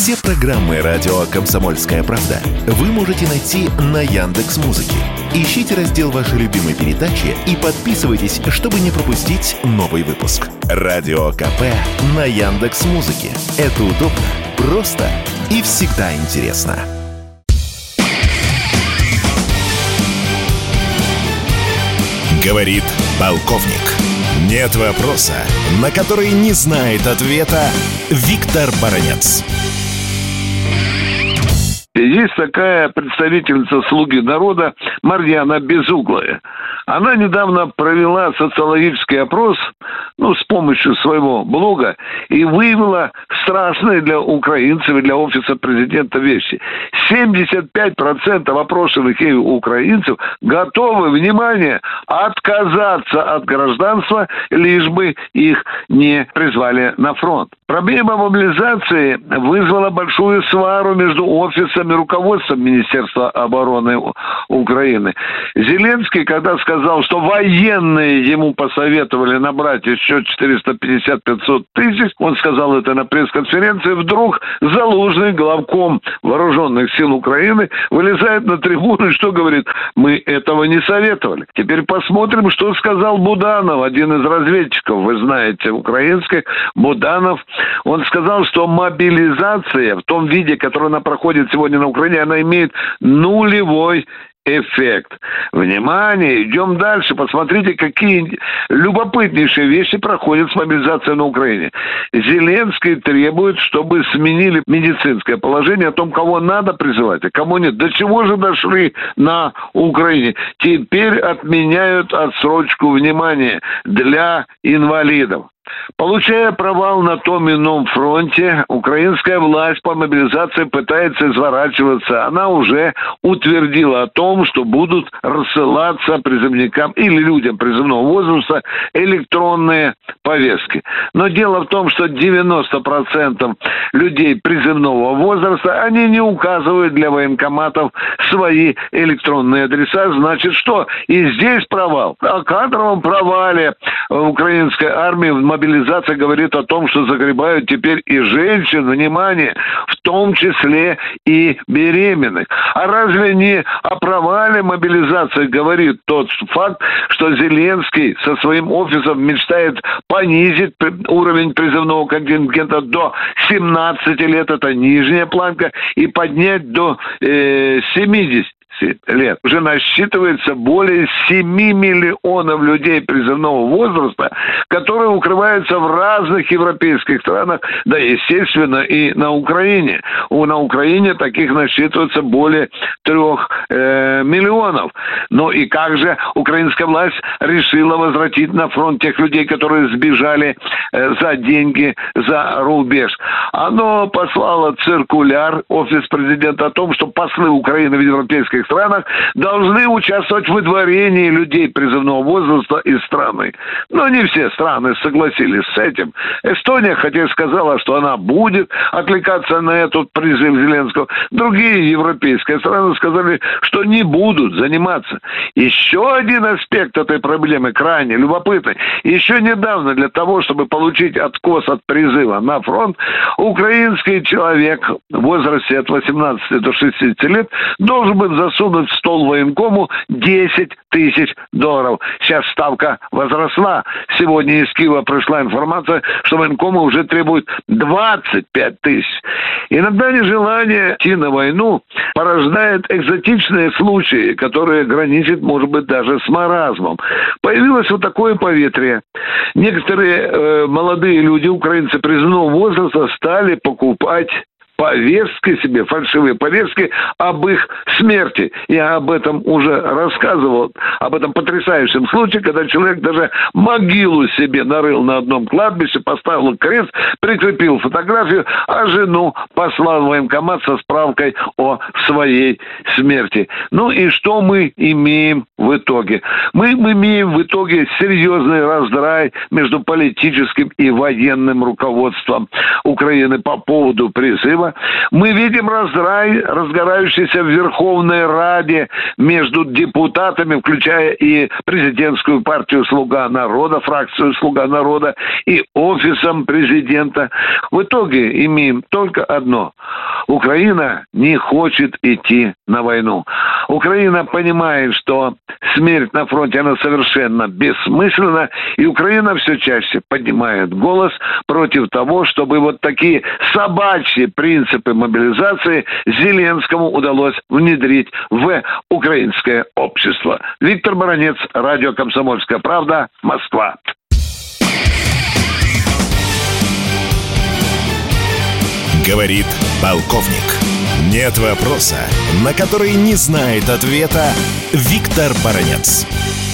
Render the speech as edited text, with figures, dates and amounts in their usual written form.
Все программы радио «Комсомольская правда» вы можете найти на Яндекс.Музыке. Ищите раздел вашей любимой передачи и подписывайтесь, чтобы не пропустить новый выпуск. Радио КП на Яндекс.Музыке. Это удобно, просто и всегда интересно. Говорит полковник. Нет вопроса, на который не знает ответа Виктор Баранец. Есть такая представительница «Слуги народа» Марьяна Безуглая. Она недавно провела социологический опрос, с помощью своего блога, и выявила страшные для украинцев и для офиса президента вещи. 75% опрошенных ею украинцев готовы, внимание, отказаться от гражданства, лишь бы их не призвали на фронт. Проблема мобилизации вызвала большую свару между офисом и руководством Министерства обороны Украины. Зеленский, когда сказал, что военные ему посоветовали набрать еще 450-500 тысяч, он сказал это на пресс-конференции, вдруг Залужный, главком вооруженных сил Украины, вылезает на трибуну и что говорит? Мы этого не советовали. Теперь посмотрим, что сказал Буданов, один из разведчиков, вы знаете, украинских, Буданов. Он сказал, что мобилизация в том виде, который она проходит сегодня на Украине, она имеет нулевой эффект. Внимание, идем дальше. Посмотрите, какие любопытнейшие вещи проходят с мобилизацией на Украине. Зеленский требует, чтобы сменили медицинское положение о том, кого надо призывать, а кого нет. До чего же дошли на Украине? Теперь отменяют отсрочку, внимания, для инвалидов. Получая провал на том ином фронте, украинская власть по мобилизации пытается изворачиваться. Она уже утвердила о том, что будут рассылаться призывникам или людям призывного возраста электронные повестки. Но дело в том, что 90% людей призывного возраста, они не указывают для военкоматов свои электронные адреса. Значит, что? И здесь провал. О кадровом провале украинской армии в мобилизация говорит о том, что загребают теперь и женщин, внимание, в том числе и беременных. А разве не о провале мобилизации говорит тот факт, что Зеленский со своим офисом мечтает понизить уровень призывного контингента до 17 лет, это нижняя планка, и поднять до 70 лет. Уже насчитывается более 7 миллионов людей призывного возраста, которые укрываются в разных европейских странах, да, естественно, и на Украине. На Украине таких насчитывается более 3 миллионов. Ну и как же украинская власть решила возвратить на фронт тех людей, которые сбежали за деньги за рубеж? Оно послало циркуляр, офис президента, о том, что послы Украины в европейских странах должны участвовать в выдворении людей призывного возраста из страны. Но не все страны согласились с этим. Эстония, хотя и сказала, что она будет откликаться на этот призыв Зеленского. Другие европейские страны сказали, что не будут заниматься. Еще один аспект этой проблемы крайне любопытный. Еще недавно для того, чтобы получить откос от призыва на фронт, украинский человек в возрасте от 18 до 60 лет должен был засунуть в стол военкому 10 тысяч долларов. Сейчас ставка возросла. Сегодня из Киева пришла информация, что военкомы уже требуют 25 тысяч. Иногда нежелание идти на войну порождает экзотичные случаи, которые граничат, может быть, даже с маразмом. Появилось вот такое поветрие. Некоторые молодые люди, украинцы призывного возраста, стали покупать повестки себе, фальшивые повестки об их смерти. Я об этом уже рассказывал, об этом потрясающем случае, когда человек даже могилу себе нарыл на одном кладбище, поставил крест, прикрепил фотографию, а жену послал в военкомат со справкой о своей смерти. Ну и что мы имеем в итоге? Мы имеем в итоге серьезный раздрай между политическим и военным руководством Украины по поводу призыва. этого. Мы видим раздрай, разгорающийся в Верховной Раде между депутатами, включая и президентскую партию «Слуга народа», фракцию «Слуга народа» и офисом президента. В итоге имеем только одно. Украина не хочет идти на войну. Украина понимает, что смерть на фронте, она совершенно бессмысленна, и Украина все чаще поднимает голос против того, чтобы вот такие собачьи принципы мобилизации Зеленскому удалось внедрить в украинское общество. Виктор Баранец, радио «Комсомольская правда», Москва. Говорит полковник. Нет вопроса, на который не знает ответа Виктор Баранец.